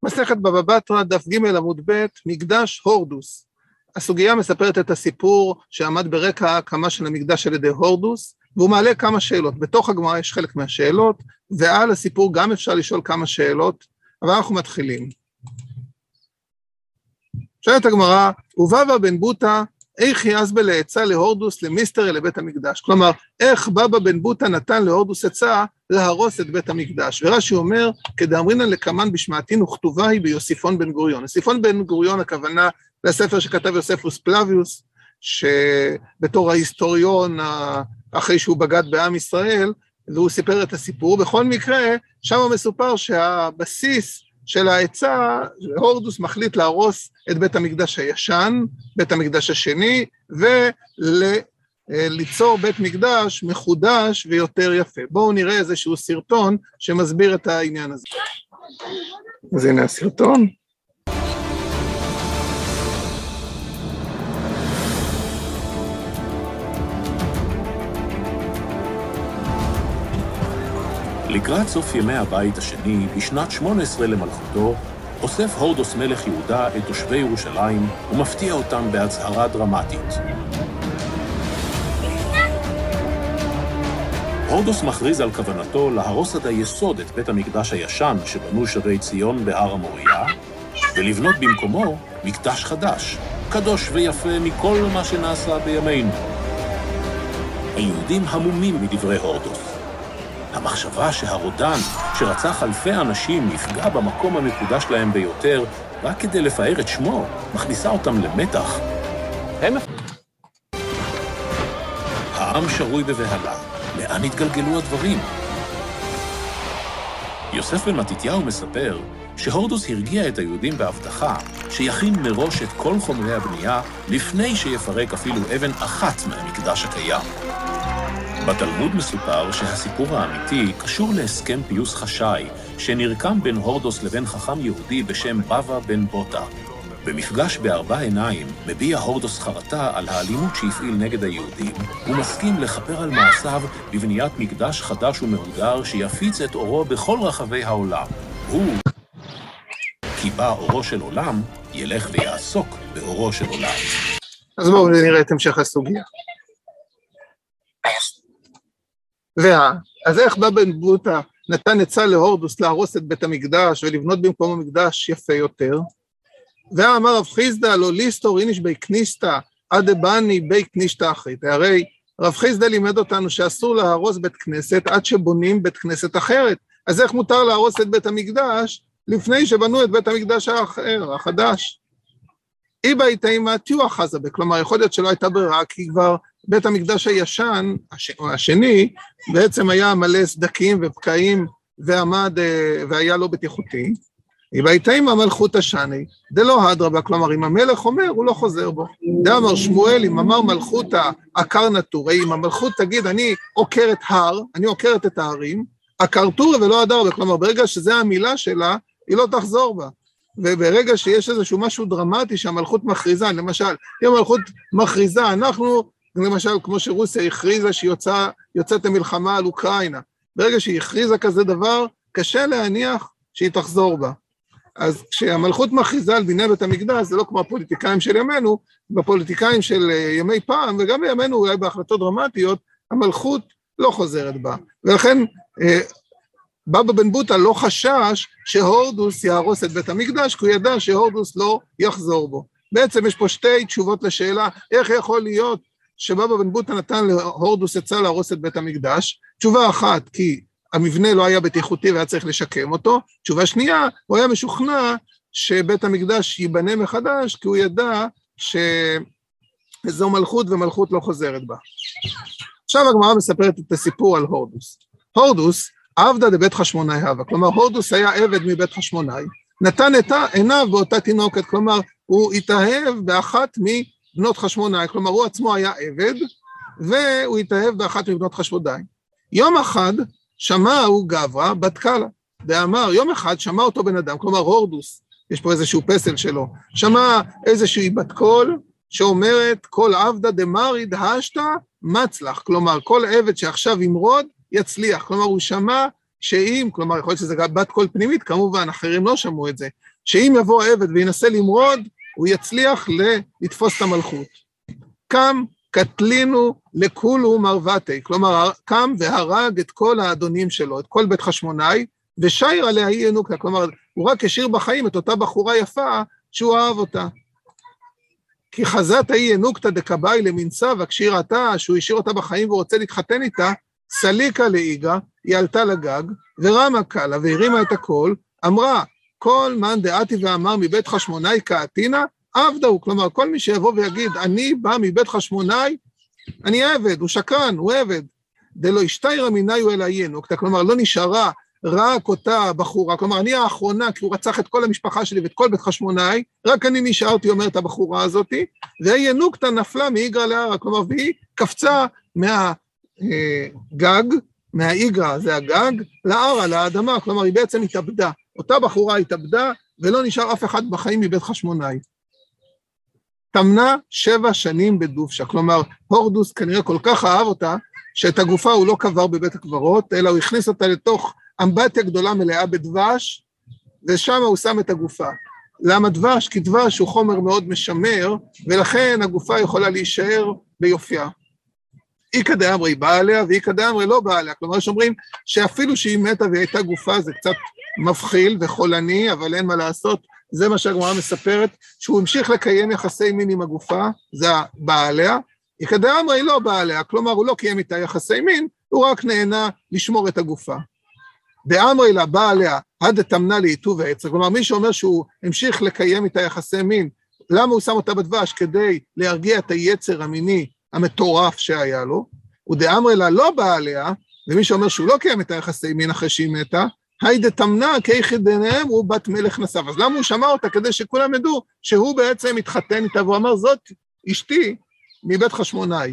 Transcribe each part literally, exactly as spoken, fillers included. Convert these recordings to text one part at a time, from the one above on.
מסכת בבא בתרא, דף ג' עמוד ב', מקדש הורדוס. הסוגיה מספרת את הסיפור שעמד ברקע ההקמה של המקדש על ידי הורדוס, והוא מעלה כמה שאלות. בתוך הגמרא יש חלק מהשאלות, ועל הסיפור גם אפשר לשאול כמה שאלות, אבל אנחנו מתחילים. שואלת הגמרא, ובבא בן בוטא, איך יעזבה לעצה להורדוס למיסטר אל בית המקדש? כלומר, איך בבא בן בוטא נתן להורדוס עצה להרוס את בית המקדש? ורש"י אומר, כדאמרינן לקמן בשמעתין וכתובה היא ביוסיפון בן גוריון. יוסיפון בן גוריון הכוונה לספר שכתב יוספוס פלביוס, שבתור ההיסטוריון, אחרי שהוא בגד בעם ישראל, והוא סיפר את הסיפור. בכל מקרה, שם מסופר שהבסיס של העצה, הורדוס מחליט להרוס את בית המקדש הישן, בית המקדש השני, וליצור בית מקדש מחודש ויותר יפה. בואו נראה איזשהו סרטון שמסביר את העניין הזה. אז הנה הסרטון. לקראת סוף ימי הבית השני, בשנת שמונה עשרה למלכותו, אוסף הורדוס מלך יהודה את תושבי ירושלים ומפתיע אותם בהצהרה דרמטית. הורדוס מכריז על כוונתו להרוס עד היסוד את בית המקדש הישן שבנו שבי ציון בהר המוריה, ולבנות במקומו מקדש חדש, קדוש ויפה מכל מה שנעשה בימינו. היהודים המומים מדברי הורדוס. המחשבה שהרודן, שרצח אלפי אנשים, יפגע במקום המקודש להם ביותר, רק כדי לפאר את שמו, מכניסה אותם למתח. הם... העם שרוי בבהלה. לאן התגלגלו הדברים? יוסף בן מתתיהו מספר שהורדוס הרגיע את היהודים בהבטחה שיכין מראש את כל חומרי הבנייה לפני שיפרק אפילו אבן אחת מהמקדש הקיים. בתלמוד מסופר שהסיפור האמיתי קשור להסכם פיוס חשאי שנרקם בין הורדוס לבין חכם יהודי בשם בבא בן בוטא. במפגש בארבע עיניים מביע הורדוס חרטה על האלימות שהפעיל נגד היהודים ומסכים לכפר על מעשיו בבניית מקדש חדש ומהודר שיפיץ את אורו בכל רחבי העולם. הוא, כי בא אורו של עולם, ילך ויעסוק באורו של עולם. אז בואו נראה את המשך הסוגיה. וה, אז איך בא בן בוטא נתן עצה להורדוס להרוס את בית המקדש ולבנות במקום המקדש יפה יותר? ואמר רב חיסדא לא ליסטור איניש בי כניסתא עד בני בי כניסתא אחרית. הרי רב חיסדא לימד אותנו שאסור להרוס בית כנסת עד שבונים בית כנסת אחרת. אז איך מותר להרוס את בית המקדש לפני שבנו את בית המקדש האחר, החדש? אי בהתאימה תיו אחזה בה, כלומר יכול להיות שלא הייתה ברירה, כי כבר בית המקדש הישן, השני, בעצם היה מלא סדקים ופקעים ועמד והיה לא בטיחותי. בהתאם המלכות השני, דלא אדרבה, כלומר אם המלך אומר הוא לא חוזר בו. דאמר שמואל, אם אמר מלכותה עקר נטורי, אם המלכות תגיד אני עוקרת הר, אני עוקרת את ההרים, עקר טורי ולא אדרבה, כלומר ברגע שזה המילה שלה, היא לא תחזור בה. וברגע שיש איזשהו משהו דרמטי שהמלכות מכריזה, למשל, אם המלכות מכריזה, אנחנו, למשל כמו שרוסיה הכריזה שהיא יוצא, יוצאת למלחמה על אוקראינה, ברגע שהיא הכריזה כזה דבר, קשה להניח שהיא תחזור בה. אז כשהמלכות מכריזה על בניין בית המקדש, זה לא כמו הפוליטיקאים של ימינו, בפוליטיקאים של ימי פעם, וגם בימינו אולי בהחלטות דרמטיות, המלכות לא חוזרת בה. ולכן בבא בן בוטא לא חשש שהורדוס יהרוס את בית המקדש, כי הוא ידע שהורדוס לא יחזור בו. בעצם יש פה שתי תשובות לשאלה, איך יכול להיות שבבא בן בוטא נתן להורדוס עצה להרוס את בית המקדש? תשובה אחת, כי המבנה לא היה בטיחותי והיה צריך לשקם אותו. תשובה שנייה, הוא היה משוכנע שבית המקדש ייבנה מחדש, כי הוא ידע שזו מלכות ומלכות לא חוזרת בה. עכשיו הגמרא מספרת את הסיפור על הורדוס. הורדוס עבדא דבית חשמונאי הווה, כלומר הורדוס היה עבד מבית חשמונאי, נתן את עיניו באותה תינוקת, כלומר הוא התאהב באחת מבנות חשמונאי, כלומר הוא עצמו היה עבד, והוא התאהב באחת מבנות חשמונאי. יום אחד שמע הוא גברא בת קלה, ואמר, יום אחד שמע אותו בן אדם, כלומר הורדוס, יש פה איזשהו פסל שלו, שמע איזושהי בת קול, שאומרת, כל עבדא דמריד השתא מצלח, כלומר כל עבד שעכשיו ימרוד, יצליח, כלומר הוא שמע שאם, כלומר יכול להיות שזה בת קול פנימית, כמובן אחרים לא שמעו את זה, שאם יבוא העבד וינסה למרוד, הוא יצליח לתפוס את המלכות. קם קטלינו לכולו מרבתי, כלומר, קם והרג את כל האדונים שלו, את כל בית חשמונאי, ושייר עליה היא ינוקה, כלומר, הוא רק השאיר בחיים את אותה בחורה יפה, שהוא אהב אותה. כי חזת היא ינוקתא דקבאי למנסה, וכשהיא ראתה שהוא השאיר אותה בחיים והוא רוצה להתחתן איתה, סליקה לאיגה, היא עלתה לגג, ורמה קלה, והרימה את הכל, אמרה, כל מן דעתי ואמר מבית חשמונאי כעתינה, עבדהו, כלומר, כל מי שיבוא ויגיד, אני בא מבית חשמונאי, אני עבד, הוא שקרן, הוא עבד. דלא ישתיירא מניו אלא ינוקתא, כלומר, לא נשארה רק אותה בחורה, כלומר, אני האחרונה, כי הוא רצח את כל המשפחה שלי ואת כל בית חשמונאי, רק אני נשארתי, אומרת הבחורה הזאת, והינוקתא נפלה מאיגרא להרא, כלומר, והיא קפצה מהגג, מהאיגרא, זה הגג, להרא, לאדמה, כלומר, היא בעצם התאבדה. אותה בחורה התאבדה, ולא נשאר אף אחד בחיים מבית חשמונאי. תמנה שבע שנים בדובשה, כלומר, הורדוס כנראה כל כך אהב אותה, שאת הגופה הוא לא קבר בבית הקברות, אלא הוא הכניס אותה לתוך אמבטיה גדולה מלאה בדבש, ושם הוא שם את הגופה. למה דבש? כי דבש הוא חומר מאוד משמר, ולכן הגופה יכולה להישאר ביופייה. איקא דאמרי באה עליה, ואיקא דאמרי לא באה עליה, כלומר, שאומרים שאפילו שהיא מתה והייתה גופה, זה קצת מבחיל וחולני, אבל אין מה לעשות, זה מה שהגמרא מספרת, שהוא המשיך לקיים יחסי מין עם הגופה, זה באה עליה, איקא דאמרי לא באה עליה, כלומר, הוא לא קיים איתה יחסי מין, הוא רק נהנה לשמור את הגופה. דאמרי לה באה עליה, עד תמנה לעיטוב העצר, כלומר, מי שאומר שהוא המשיך לקיים איתה יחסי מין, למה הוא שם אותה בדבש? כדי להרגיע את היצר המיני המטורף שהיה לו, ודאמרי לה לא באה עליה, ומי שאומר שהוא לא קיים את היחסי מין אחרי שהיא מתה, היידה תמנה כיחיד ביניהם הוא בת מלך נשב. אז למה הוא שמע אותה? כדי שכולם ידעו שהוא בעצם התחתן איתה, והוא אמר, זאת אשתי מבית חשמונאי.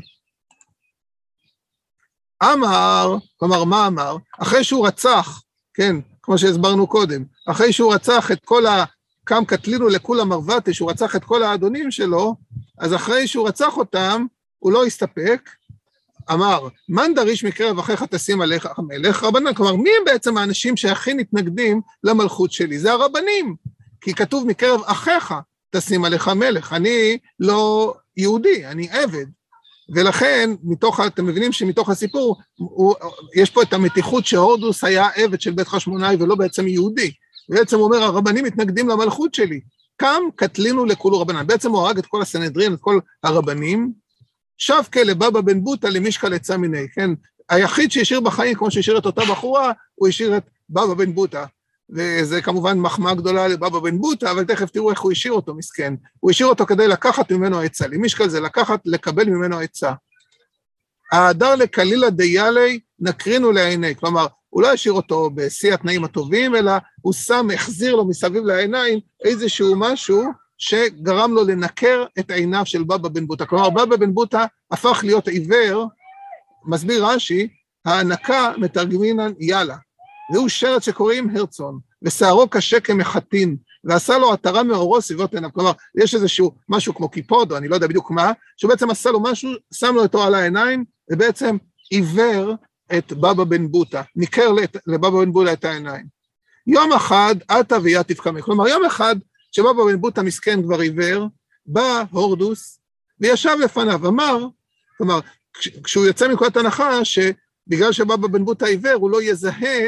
אמר, כלומר, מה אמר? אחרי שהוא רצח, כן, כמו שהסברנו קודם, אחרי שהוא רצח את כל ה... קם קטלינו לכולה מרבתי, שהוא רצח את כל האדונים שלו, אז אחרי שהוא רצח אותם, הוא לא הסתפק, אמר, מן דריש מקרב אחיך תשים עליך המלך, רבנן, כלומר, מי הם בעצם האנשים שהכי מתנגדים למלכות שלי? זה הרבנים, כי כתוב מקרב אחיך תשים עליך מלך, אני לא יהודי, אני עבד, ולכן, מתוך, אתם מבינים שמתוך הסיפור, הוא, יש פה את המתיחות שהורדוס היה עבד של בית חשמונאי ולא בעצם יהודי, בעצם הוא אומר, הרבנים מתנגדים למלכות שלי, קם קטלינו לכולו רבנן, בעצם הוא הרג את כל הסנהדרין, את כל הרבנים, שבקה לבבא בן בוטא למשקה לצא מיני, כן? היחיד שהשאיר בחיים, כמו שהשאיר את אותה בחורה, הוא השאיר את בבא בן בוטא, וזה כמובן מחמאה גדולה לבבא בן בוטא, אבל תכף תראו איך הוא השאיר אותו, מסכן. הוא השאיר אותו כדי לקחת ממנו עצה, למשקל זה לקחת, לקבל ממנו עצה. ההדר לקלילה דיילי נקרינו לעיני, כלומר, הוא לא השאיר אותו בשיא התנאים הטובים, אלא הוא שם, החזיר לו מסביב לעיניים איזשהו משהו, שגרם לו לנקר את עיניו של בבא בן בוטא. כלומר, בבא בן בוטא הפך להיות עיוור, מסביר רש"י, ההנקה מתרגמינן יאללה. והוא שרץ שקוראים הרצון, ושערו קשה כמחתין, ועשה לו עטרה מאורו סביבות עיניו. כלומר, יש איזשהו משהו כמו קיפוד, או אני לא יודע בדיוק מה, שבעצם עשה לו משהו, שם לו אותו על העיניים, ובעצם עיוור את בבא בן בוטא, ניקר לבבא בן בוטא את העיניים. יום אחד, עתה ויתיב קמא. כלומר, יום אחד, שבבא בן בוטא מסכן כבר עיוור, בא הורדוס, וישב לפניו, אמר, כלומר, כשהוא יצא מנקודת הנחה, שבגלל שבבא בן בוטא עיוור, הוא לא יזהה,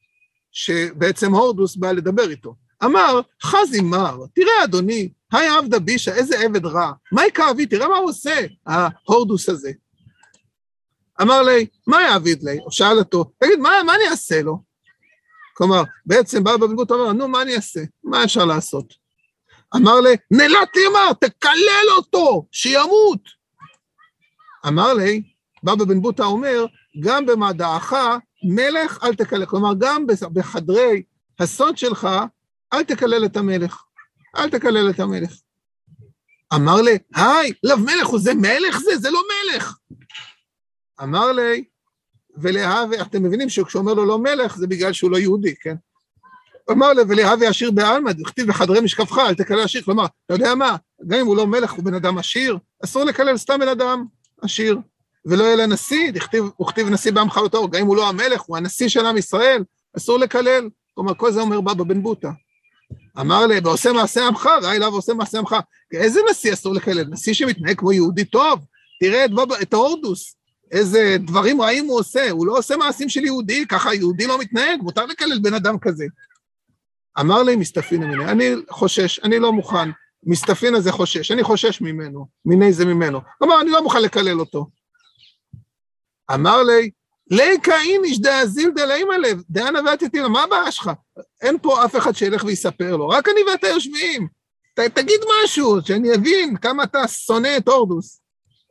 שבעצם הורדוס בא לדבר איתו. אמר, חזי מר, תראה אדוני, היי עבדה בישה, איזה עבד רע, מה יקאבי, תראה מה הוא עושה, ההורדוס הזה. אמר לי, מה יעביד לי? או שאל אותו, תגיד, מה, מה אני אעשה לו? כלומר, בעצם בבא בן בוטא אמר, נו, מה אני אעשה? מה אפשר לעשות? אמר לי, נלת אמר, תקלל אותו, שימות. אמר לי, בבא בן בוטא אומר, גם במדעך, מלך אל תקלל, כלומר, גם בחדרי הסוד שלך, אל תקלל את המלך, אל תקלל את המלך. אמר לי, היי, לב מלך, הוא זה מלך זה? זה לא מלך. אמר לי, ולהווה, אתם מבינים שכשהוא אומר לו לא מלך, זה בגלל שהוא לא יהודי, כן? אמר לי, ולהווה עשיר בעלמא, דכתיב בחדרי משכבך, אל תקלל עשיר, כלומר, אתה יודע מה, גם אם הוא לא מלך, הוא בן אדם עשיר, אסור לקלל סתם בן אדם עשיר, ולא יהיה לנשיא, דכתיב, הוא כתיב נשיא בעמך לא טהור, גם אם הוא לא המלך, הוא הנשיא של עם ישראל, אסור לקלל, כלומר, כל זה אומר בבא בן בוטא. אמר לי, ועושה מעשה עמך, ראה אליו ועושה מעשה עמך. איזה נשיא אסור לקלל? נשיא שמתנהג כמו יהודי טוב, תראה את, את ההורדוס, איזה דברים רעים הוא עושה, הוא לא עושה מעשים של יהודי, ככה יהודי לא מתנהג, מותר לקלל בן אדם כזה. אמר לי, מסתפין ממני, אני חושש, אני לא מוכן, מסתפין הזה חושש, אני חושש ממנו, מיני זה ממנו. אמר, אני לא מוכן לקלל אותו. אמר לי, ליקה איניש דאזיל דלאים הלב, דאנה ועתיתי לו, מה הבעיה שלך? אין פה אף אחד שילך ויספר לו, רק אני ואתה יושבים, ת, תגיד משהו, שאני אבין כמה אתה שונא את הורדוס.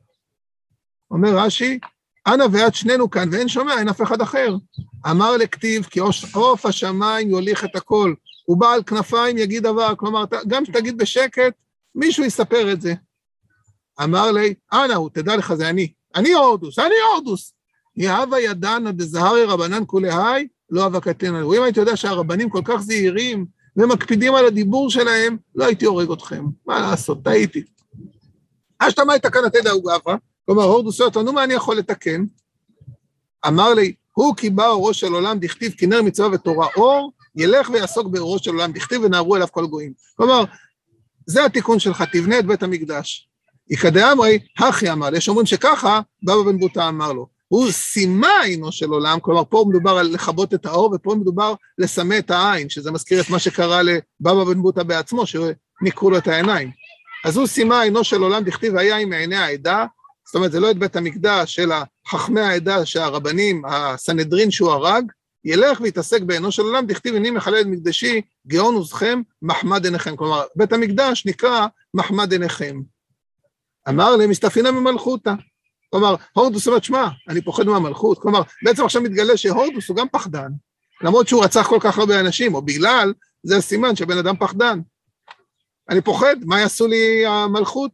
אומר רש"י, אנא ואת שנינו כאן, ואין שומע, אין אף אחד אחר. אמר לכתיב, כי עוף השמיים יוליך את הכל, הוא בעל כנפיים יגיד דבר, כלומר, גם שתגיד בשקט, מישהו יספר את זה. אמר לי, אנא הוא, תדע לך, זה אני, אני הורדוס, אני הורדוס. יהבה ידענה דזהרי רבנן כולי היי, לא אבקתן עליו. אם הייתי יודע שהרבנים כל כך זהירים, ומקפידים על הדיבור שלהם, לא הייתי הורג אתכם. מה לעשות, טעיתי. אשתמה הייתה כאן התדע הוא גברה, כלומר, הורדוס אומר, נו מה אני יכול לתקן? אמר לי, הוא כי בא אורו של עולם, דכתיב כנר מצווה ותורה אור, ילך ויעסוק באורו של עולם, דכתיב ונערו אליו כל גויים. כלומר, זה התיקון שלך, תבנה את בית המקדש. יקדע אמרי, הכי אמר, יש אומרים שככה, בבא בן בוטה אמר לו, הוא שימה עינו של עולם, כלומר, פה מדובר על לכבות את האור, ופה מדובר לסמא את העין, שזה מזכיר את מה שקרה לבבא בן בוטה בעצמו, שניקרו לו את העיניים. אז הוא שימה עינו של עולם, דכתיב היה עם עיני העדה, זאת אומרת, זה לא את בית המקדש, של חכמי העדה, שהרבנים, הסנהדרין שהוא הרג, ילך ויתעסק בעינו של עולם, דכתיב הנה מחלל את מקדשי, גאון עוזכם, מחמד עיניכם. כלומר, בית המקדש נקרא מחמד עיניכם. אמר להם, מסתפינה ממלכותה. כלומר, הורדוס אומר, שמה, אני פוחד מהמלכות. כלומר, בעצם עכשיו מתגלה שהורדוס הוא גם פחדן, למרות שהוא רצח כל כך הרבה אנשים, או בגלל, זה הסימן שבן אדם פחדן. אני פוחד, מה יעשו לי המלכות?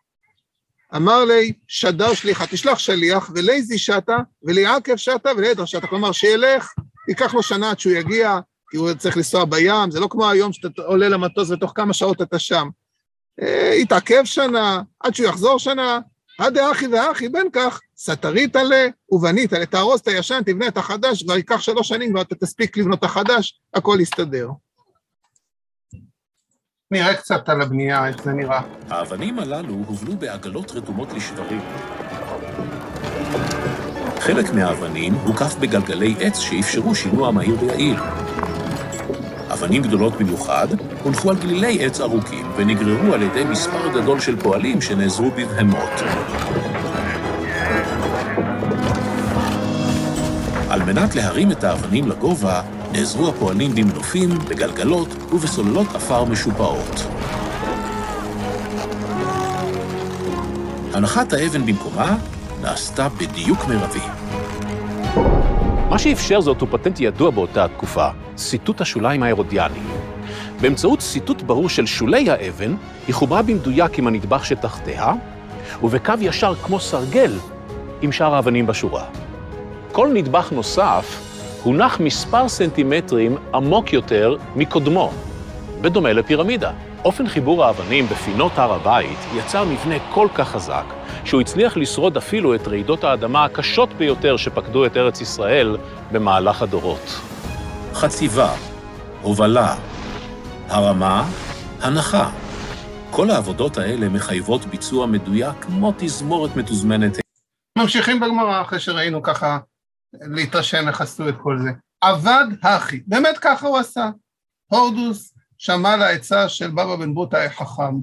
אמר לי, שדר שליחה, תשלח שליח, ולאיזי שתה, וליעקב שתה, ולעדר שתה, כלומר, שילך, ייקח לו שנה עד שהוא יגיע, כי הוא צריך לנסוע בים, זה לא כמו היום שאתה עולה למטוס, ותוך כמה שעות אתה שם. יתעכב שנה, עד שהוא יחזור שנה, עד האחי והאחי, בין כך, סתרית עלה, ובנית עלה, תהרוס את הישן, תבנה את החדש, כבר ייקח שלוש שנים, ואתה תספיק לבנות את החדש, הכל יסתדר. נראה קצת על הבנייה, איך זה נראה. האבנים הללו הובלו בעגלות רתומות לשברים. חלק מהאבנים הוקף בגלגלי עץ שאפשרו שינוע מהיר ויעיל. אבנים גדולות במיוחד הונחו על גלילי עץ ארוכים ונגררו על ידי מספר גדול של פועלים שנעזרו בבהמות. על מנת להרים את האבנים לגובה, נעזרו הפועלים במנופים, בגלגלות ובסוללות אפר משופעות. הנחת האבן במקומה נעשתה בדיוק מרבי. מה שאפשר זאת הוא פטנט ידוע באותה התקופה, סיטוט השוליים האירודיאני. באמצעות סיטוט ברור של שולי האבן, היא חוברה במדויק עם הנדבך שתחתיה, ובקו ישר כמו סרגל עם שאר האבנים בשורה. כל נדבך נוסף הונח מספר סנטימטרים עמוק יותר מקודמו, בדומה לפירמידה. אופן חיבור האבנים בפינות הר הבית יצר מבנה כל כך חזק, שהוא הצליח לשרוד אפילו את רעידות האדמה הקשות ביותר שפקדו את ארץ ישראל במהלך הדורות. חציבה, הובלה, הרמה, הנחה. כל העבודות האלה מחייבות ביצוע מדויק כמו תזמורת מתוזמנת. ממשיכים בגמרא אחרי שראינו ככה להתרשם איך עשו את כל זה. עבד הכי, באמת ככה הוא עשה. הורדוס שמע לעצה של בבא בן בוטה החכם,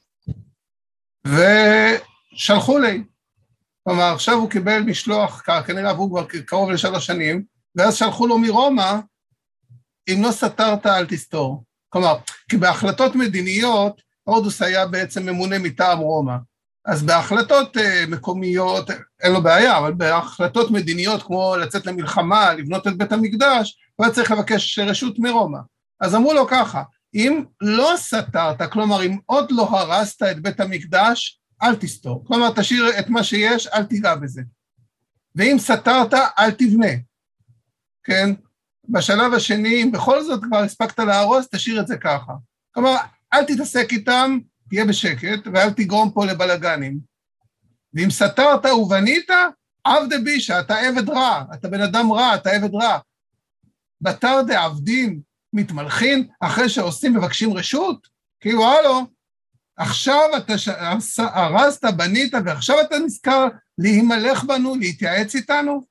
ושלחו לי. כלומר, עכשיו הוא קיבל משלוח, כנראה עברו כבר קרוב לשלוש שנים, ואז שלחו לו מרומא, אם לא סתרת אל תסתור. כלומר, כי בהחלטות מדיניות, הורדוס היה בעצם ממונה מטעם רומא. אז בהחלטות מקומיות, אין לו בעיה, אבל בהחלטות מדיניות, כמו לצאת למלחמה, לבנות את בית המקדש, הוא היה צריך לבקש רשות מרומא. אז אמרו לו ככה, אם לא סתרת, כלומר, אם עוד לא הרסת את בית המקדש, אל תסתור. כלומר, תשאיר את מה שיש, אל תיגע בזה. ואם סתרת, אל תבנה. כן? בשלב השני, אם בכל זאת כבר הספקת להרוס, תשאיר את זה ככה. כלומר, אל תתעסק איתם, תהיה בשקט, ואל תגרום פה לבלגנים. ואם סתרת ובנית, עבד בישה, אתה עבד רע, אתה בן אדם רע, אתה עבד רע. בתר דעבדים, מתמלחין אחרי שעושים מבקשים רשות? כאילו, הלו, עכשיו אתה הרסת, בנית, ועכשיו אתה נזכר להימלך בנו, להתייעץ איתנו?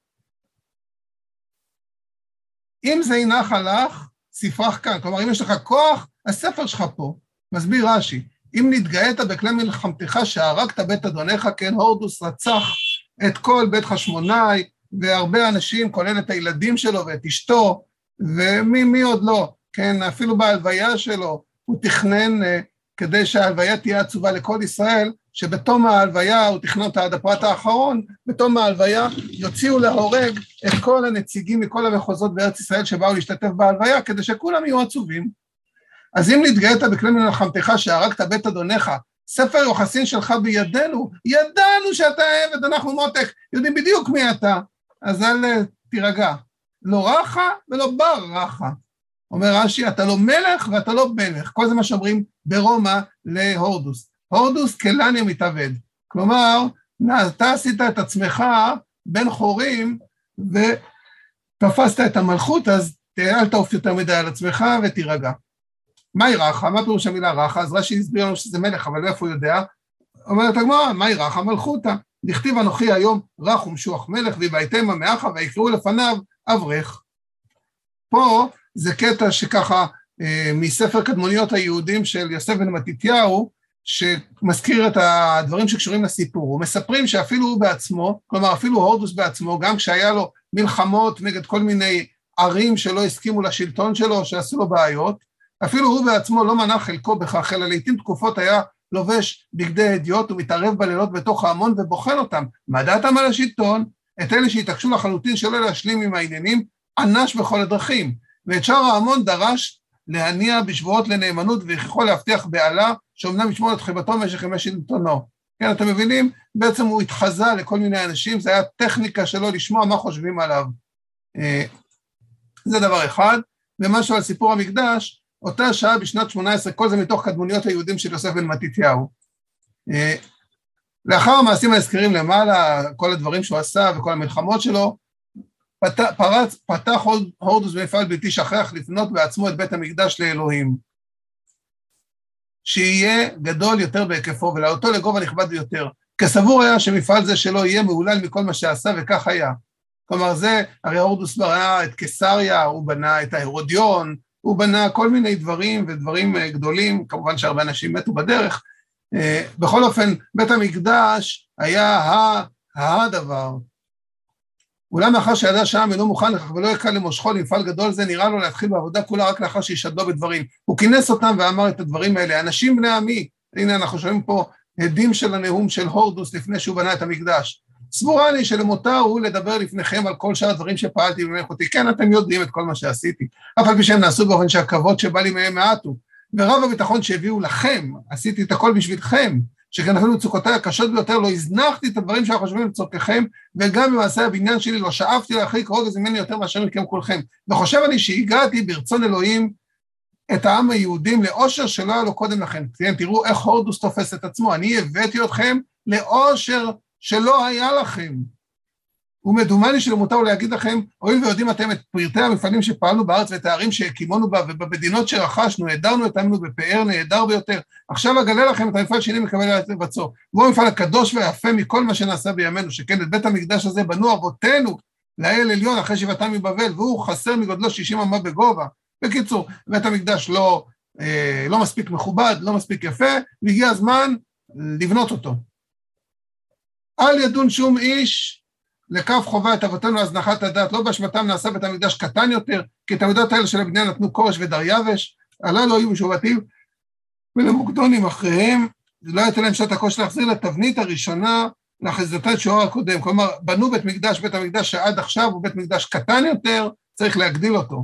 אם זה ינח עליך, ספרך כאן. כלומר, אם יש לך כוח, הספר שלך פה. מסביר רש"י, אם נתגאית בכלי מלחמתך שהרגת בית אדונך, כן, הורדוס רצח את כל בית חשמונאי, והרבה אנשים, כולל את הילדים שלו ואת אשתו, ומי מי עוד לא, כן, אפילו בהלוויה שלו, הוא תכנן, uh, כדי שההלוויה תהיה עצובה לכל ישראל, שבתום ההלוויה, הוא תכנן אותה עד הפרט האחרון, בתום ההלוויה יוציאו להורג את כל הנציגים מכל המחוזות בארץ ישראל שבאו להשתתף בהלוויה, כדי שכולם יהיו עצובים. אז אם נתגאית בכלי מלחמתך שהרגת בית אדונך, ספר יוחסין שלך בידינו, ידענו שאתה עבד, אנחנו מותק, יודעים בדיוק מי אתה, אז אל תירגע, לא רחה ולא בר רחה. אומר רש"י, אתה לא מלך ואתה לא מלך, כל זה מה שאומרים ברומא להורדוס. הורדוס כלניה מתאבד, כלומר, אתה עשית את עצמך בין חורים, ותפסת את המלכות, אז אל תעוף יותר מדי על עצמך ותירגע. מהי רחה? מה פירוש המילה רחה? אז רש"י הסביר לנו שזה מלך, אבל איפה הוא יודע? אומרת הגמרא, מהי רחה? מלכותה. דכתיב אנוכי היום רך ומשוח מלך, והיבאתם עמך ויקראו לפניו אברך. פה זה קטע שככה, אה, מספר קדמוניות היהודים של יוסף בן מתתיהו, שמזכיר את הדברים שקשורים לסיפור. ומספרים שאפילו הוא בעצמו, כלומר אפילו הורדוס בעצמו, גם כשהיה לו מלחמות נגד כל מיני ערים שלא הסכימו לשלטון שלו, שעשו לו בעיות, אפילו הוא בעצמו לא מנע חלקו בכך, אלא לעתים תקופות היה לובש בגדי אדיוט ומתערב בלילות בתוך ההמון ובוחן אותם. מה דעתם על השלטון? את אלה שהתעקשו לחלוטין שלא להשלים עם העניינים, ענש בכל הדרכים. ואת שאר ההמון דרש להניע בשבועות לנאמנות ויכול להבטיח בעלה, שאומנם ישמור את חיבתו במשך ימי שלטונו. כן, אתם מבינים? בעצם הוא התחזה לכל מיני אנשים, זה היה טכניקה שלו לשמוע מה חושבים עליו. זה דבר אחד. ומשהו על סיפור המקדש, אותה שעה בשנת שמונה עשרה, כל זה מתוך קדמוניות היהודים של יוסף בן מתתיהו. לאחר המעשים ההזכירים למעלה, כל הדברים שהוא עשה וכל המלחמות שלו, פתח, פרץ, פתח הורדוס במפעל בלתי שכח לפנות בעצמו את בית המקדש לאלוהים, שיהיה גדול יותר בהיקפו ולעותו לגובה נכבד ביותר, כסבור היה שמפעל זה שלו יהיה מעולל מכל מה שעשה וכך היה. כלומר זה, הרי הורדוס ברא את קיסריה, הוא בנה את ההרודיון, הוא בנה כל מיני דברים ודברים גדולים, כמובן שהרבה אנשים מתו בדרך. בכל אופן, בית המקדש היה הדבר. אולם לאחר שידע שהעם אינו מוכן לכך ולא יקל למושכו למפעל גדול זה, נראה לו להתחיל בעבודה כולה רק לאחר שישדלו בדברים. הוא כינס אותם ואמר את הדברים האלה, אנשים בני עמי, הנה אנחנו שומעים פה עדים של הנאום של הורדוס לפני שהוא בנה את המקדש. סבורה לי שלמותר הוא לדבר לפניכם על כל שאר הדברים שפעלתי במלאכותי. כן, אתם יודעים את כל מה שעשיתי, אף על פי שהם נעשו באופן שהכבוד שבא לי מהם מעטו, ורב הביטחון שהביאו לכם, עשיתי את הכל בשבילכם, שכן אפילו מצוקותיי הקשות ביותר לא הזנחתי את הדברים שאנחנו חושבים לצורככם, וגם במעשה הבניין שלי לא שאפתי להרחיק רוגז ממני יותר מאשר מכם כולכם. וחושב אני שהגעתי ברצון אלוהים את העם היהודים לאושר שלא היה לו קודם לכן. תראו איך הורדוס תופס את עצמו, אני הבאתי אתכם לאושר שלא היה לכם. ומדומני שלמותר הוא להגיד לכם, הואיל ויודעים אתם את פרטי המפעלים שפעלנו בארץ ואת הערים שהקימונו בה, ובמדינות שרכשנו, נהדרנו את עמנו בפאר נהדר ביותר, עכשיו אגלה לכם את המפעל שני מקבל לבצעו, והוא המפעל הקדוש והיפה מכל מה שנעשה בימינו, שכן את בית המקדש הזה בנו אבותינו לאל עליון אחרי שיבתם מבבל, והוא חסר מגודלו שישים אמה בגובה. בקיצור, בית המקדש לא, אה, לא מספיק מכובד, לא מספיק יפה, והגיע הזמן לבנות אותו. אל ידון שום איש, לקו חובה את אבותינו הזנחת הדעת, לא באשמתם נעשה בית המקדש קטן יותר, כי את המידות האלה של הבניין נתנו קורש ודריווש, הללו היו משובטים ולמוקדונים אחריהם, לא הייתה להם שעת הקושי להחזיר לתבנית הראשונה, לאחזיותה שיעור הקודם, כלומר, בנו בית מקדש, בית המקדש שעד עכשיו הוא בית מקדש קטן יותר, צריך להגדיל אותו.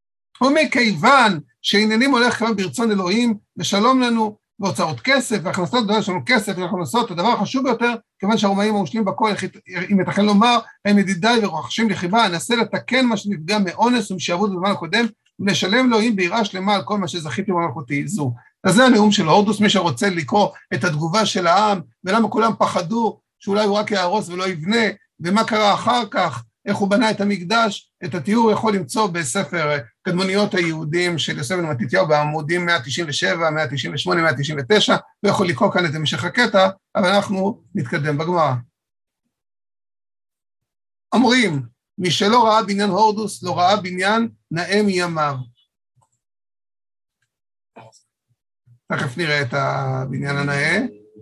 ומכיוון שעניינים הולך כמובן ברצון אלוהים, ושלום לנו, והוצאות כסף, והכנסות גדולות שלנו כסף, והכנסות, הדבר החשוב ביותר, כיוון שהרומאים המושלים בכל, אם יתכן לומר, הם ידידיי ורוחשים לחיבה, ננסה לתקן מה שנפגע מאונס ומשעבוד בזמן הקודם, ולשלם אלוהים ביראה שלמה על כל מה שזכיתי במלכותי זו. אז זה הנאום של הורדוס, מי שרוצה לקרוא את התגובה של העם, ולמה כולם פחדו, שאולי הוא רק יהרוס ולא יבנה, ומה קרה אחר כך, איך הוא בנה את המקדש, את התיאור הוא יכול למצוא בספר קדמוניות היהודים של יוסף בן מתתיהו בעמודים מאה תשעים ושבע, מאה תשעים ושמונה, מאה תשעים ותשע, לא יכול לקרוא כאן את המשך הקטע, אבל אנחנו נתקדם בגמרא. אומרים, מי שלא ראה בניין הורדוס, לא ראה בניין נאה מימיו. תכף נראה את הבניין הנאה.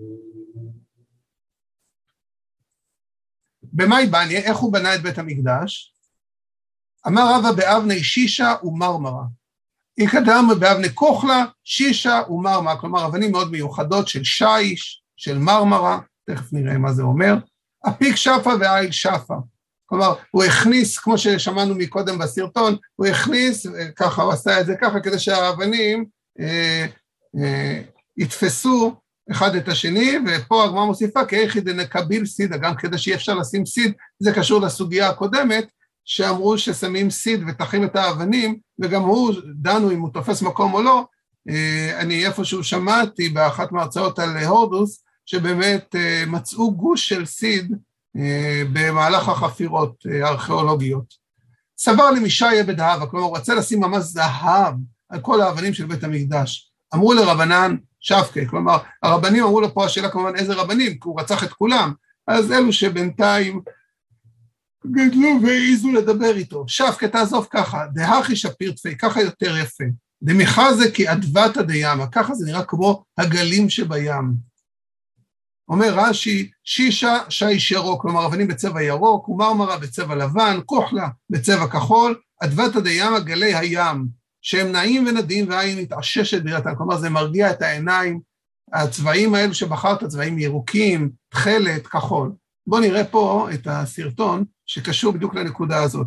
במאי בניה, איך הוא בנה את בית המקדש? אמר רבא באבני שישה ומרמרה. יקדם באבני כוחלה, שישה ומרמרה, כלומר אבנים מאוד מיוחדות של שיש, של מרמרה, תכף נראה מה זה אומר. הפיק שפה והעיל שפה. כלומר, הוא הכניס, כמו ששמענו מקודם בסרטון, הוא הכניס, ככה הוא עשה את זה ככה, כדי שהאבנים אה, אה, יתפסו אחד את השני, ופה הגמרא מוסיפה, כאיכי דנקביל סידה, גם כדי שיהיה אפשר לשים סיד, זה קשור לסוגיה הקודמת, שאמרו ששמים סיד ותחים את האבנים, וגם הוא, דנו אם הוא תופס מקום או לא, אה, אני איפשהו שמעתי באחת מהרצאות על הורדוס, שבאמת אה, מצאו גוש של סיד, במהלך החפירות הארכיאולוגיות. סבר למישאי עבד ההווה, כלומר הוא רצה לשים ממש זהב על כל האבנים של בית המקדש. אמרו לרבנן שבקה, כלומר הרבנים אמרו לו פה השאלה כמובן איזה רבנים, כי הוא רצח את כולם, אז אלו שבינתיים גדלו והעיזו לדבר איתו. שבקה תעזוב ככה, דהכי שפיר תפי, ככה יותר יפה. דמיכה זה כי אדוותא דימה, ככה זה נראה כמו הגלים שבים. אומר רש"י, שישה שיש ירוק, כלומר אבנים בצבע ירוק, ומרמרה בצבע לבן, כוחלה בצבע כחול, אדוותא דימה גלי הים, שהם נעים ונדים והעין מתעששת בראייתם, כלומר זה מרגיע את העיניים, הצבעים האלו שבחרת, הצבעים ירוקים, תכלת, כחול. בואו נראה פה את הסרטון שקשור בדיוק לנקודה הזאת.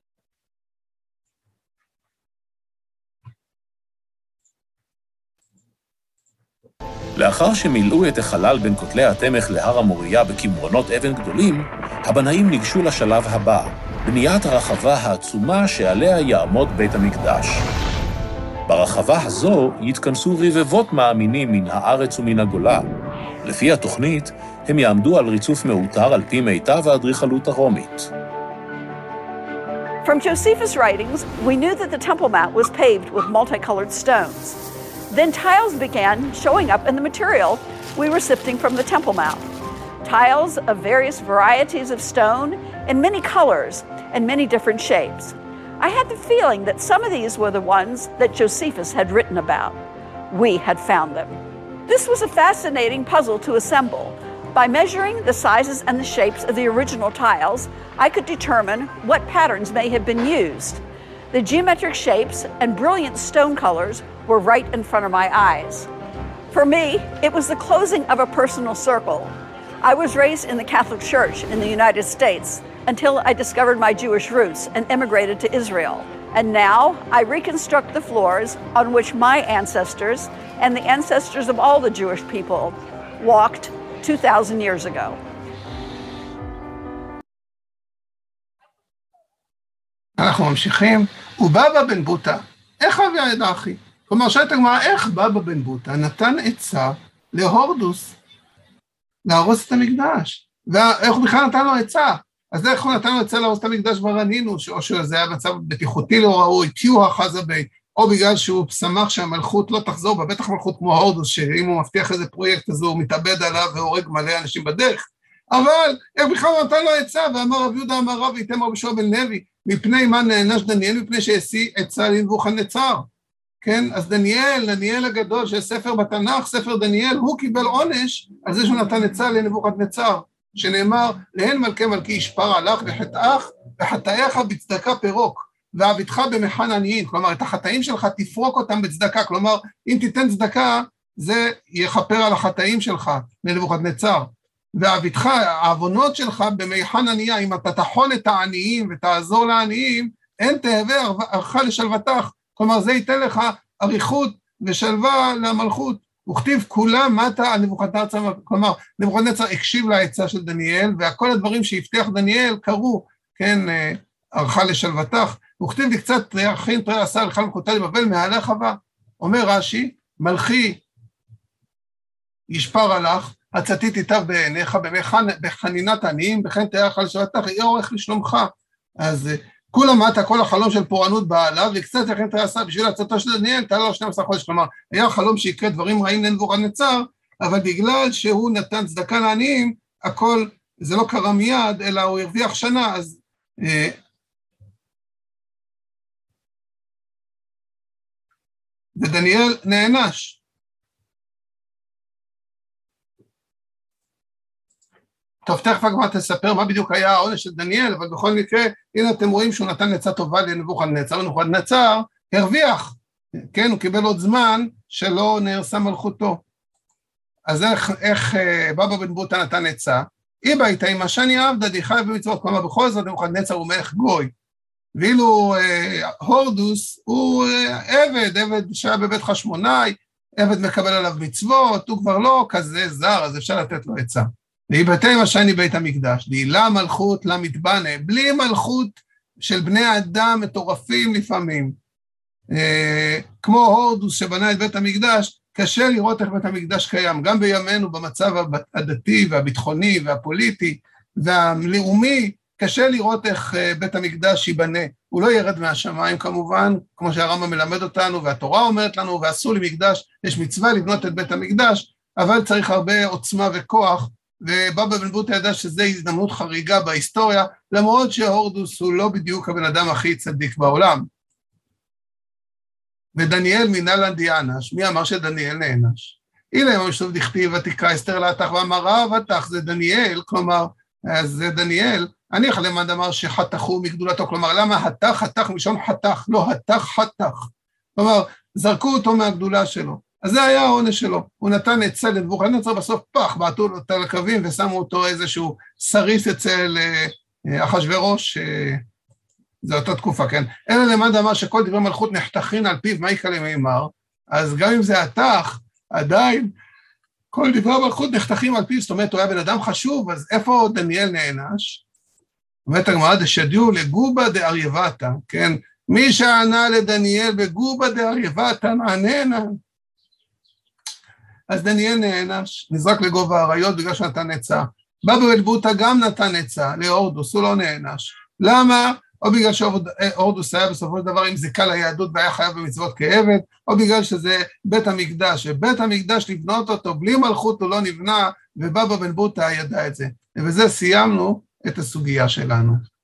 לאחר שמילאו את החלל בין כותלי התמך להר המוריה בכמרונות אבן גדולים, הבנאים ניגשו לשלב הבא, בניית הרחבה העצומה שעליה יעמוד בית המקדש. ברחבה הזו יתכנסו רבבות מאמינים מן הארץ ומן הגולה. לפי התוכנית, הם יעמדו על ריצוף מאותר על פי מיטב האדריכלות הרומית. From Josephus' writings, we knew that the Temple Mount was paved with multicolored stones. Then tiles began showing up in the material we were sifting from the Temple Mount. Tiles of various varieties of stone in many colors and many different shapes. I had the feeling that some of these were the ones that Josephus had written about. We had found them. This was a fascinating puzzle to assemble. By measuring the sizes and the shapes of the original tiles, I could determine what patterns may have been used. The geometric shapes and brilliant stone colors were right in front of my eyes. For me, it was the closing of a personal circle. I was raised in the Catholic Church in the United States until I discovered my Jewish roots and immigrated to Israel. And now I reconstruct the floors on which my ancestors and the ancestors of all the Jewish people walked two thousand years ago. אנחנו ממשיכים, ובבא בן בוטה, איך אבי ידע אחי? כלומר, שאלת הגמרא, איך בבא בן בוטה נתן עצה להורדוס להרוס את המקדש? ואיך הוא בכלל נתן לו עצה? אז איך הוא נתן לו עצה להרוס את המקדש ברנינו, או שזה היה מצב בטיחותי לא ראוי, טיוה חזה בי, או בגלל שהוא שמח שהמלכות לא תחזור בה, בטח מלכות כמו הורדוס, שאם הוא מבטיח איזה פרויקט, אז הוא מתאבד עליו והורג מלא אנשים בדרך. אבל איך בכלל הוא נתן לו עצה, ואמר רב יהודה אמר רב איתמר בשוע בן לוי, מפני מה נענש דניאל, מפני שהשיא עצה לנבוכדנצר. כן, אז דניאל, דניאל הגדול, של ספר בתנ"ך, ספר דניאל, הוא קיבל עונש על זה שהוא נתן עצה לנבוכדנצר, שנאמר, להן מלכי מלכי ישפר עליך וחטאך, וחטאיך בצדקה פירוק, ועבידך במחן עניים, כלומר, את החטאים שלך תפרוק אותם בצדקה, כלומר, אם תיתן צדקה, זה יכפר על החטאים שלך, לנבוכדנצר. ועבידך, העוונות שלך במחן ענייה, אם אתה תחון את העניים ותעזור לעניים, אין תהווה ערכה לשלוותך, כלומר זה ייתן לך אריכות ושלווה למלכות, וכתיב כולם מתה על נבוכדנצר, כלומר נבוכדנצר הקשיב לעצה של דניאל, וכל הדברים שהבטיח דניאל קרו, כן, ערכה לשלוותך, וכתיב לי קצת תריחין תראה עשה לך למקותה לבבל מהלך הבא, אומר רש"י, מלכי ישפר עליך, הצתי תיטב בעיניך, בחנינת עניים, בכן תהיה לך לשבתך, יהיה עורך לשלומך. אז כולה מטה, כל החלום של פורענות בעליו, וקצת לכן תעשה בשביל הצאתו של דניאל, תעלה לו שנים עשר חודש, כלומר, היה חלום שיקרה דברים רעים לנבוכדנצר, אבל בגלל שהוא נתן צדקה לעניים, הכל, זה לא קרה מיד, אלא הוא הרוויח שנה, אז... אה, ודניאל נענש. טוב, תכף הגמרא תספר מה בדיוק היה העונש של דניאל, אבל בכל מקרה, הנה אתם רואים שהוא נתן עצה טובה לנבוכדנצר, ונבוכדנצר הרוויח, כן, הוא קיבל עוד זמן שלא נהרסה מלכותו. אז איך, איך בבא בן בוטא נתן עצה? איבא איתה עם השני עבדה דיחי במצוות, כלומר בכל זאת נבוכדנצר הוא מלך גוי, ואילו אה, הורדוס הוא אה, עבד, עבד שהיה בבית חשמונאי, עבד מקבל עליו מצוות, הוא כבר לא כזה זר, אז אפשר לתת לו עצה. ואיבתה עם השני בית המקדש, דילה מלכות למתבנה, בלי מלכות של בני אדם מטורפים לפעמים, אה, כמו הורדוס שבנה את בית המקדש, קשה לראות איך בית המקדש קיים, גם בימינו במצב הדתי והביטחוני והפוליטי והלאומי, קשה לראות איך בית המקדש ייבנה, הוא לא ירד מהשמיים כמובן, כמו שהרמב"ם מלמד אותנו, והתורה אומרת לנו, ואסור למקדש, יש מצווה לבנות את בית המקדש, אבל צריך הרבה עוצמה וכוח, ובבא בן בוטא ידע שזו הזדמנות חריגה בהיסטוריה, למרות שהורדוס הוא לא בדיוק הבן אדם הכי צדיק בעולם. ודניאל מנהלן דיענש, מי אמר שדניאל נענש? אילה אמר שוב דכתיב ותקרא אסתר להתך ואמרה ותך, זה דניאל, כלומר, אז זה דניאל, אני איך למד אמר שחתכו מגדולתו, כלומר, למה התך, חתך משום חתך, לא התך, חתך. כלומר, זרקו אותו מהגדולה שלו. אז זה היה העונש שלו. הוא נתן עצה לנבוכדנצר, בסוף פח, בעטו אותו לקווים ושמו אותו איזשהו סריס אצל אחשוורוש, זו אותה תקופה, כן? אלא למד אמר שכל דברי מלכות נחתכין על פיו, מה יקרה למימר? אז גם אם זה התך, עדיין, כל דברי המלכות נחתכים על פיו, זאת אומרת, הוא היה בן אדם חשוב, אז איפה דניאל נענש? אומרת הגמרא, דשדיעו לגובה דארייבתא, כן? מי שענה לדניאל בגובה דארייבתא נעננה. אז דניאל נענש, נזרק לגובה האריות בגלל שנתן עצה. בבא בן בוטא גם נתן עצה להורדוס, הוא לא נענש. למה? או בגלל שהורדוס היה בסופו של דבר עם זיקה ליהדות והיה חייב במצוות כעבד, או בגלל שזה בית המקדש, ובית המקדש לבנות אותו בלי מלכות הוא לא נבנה, ובבא בן בוטא ידע את זה. ובזה סיימנו את הסוגיה שלנו.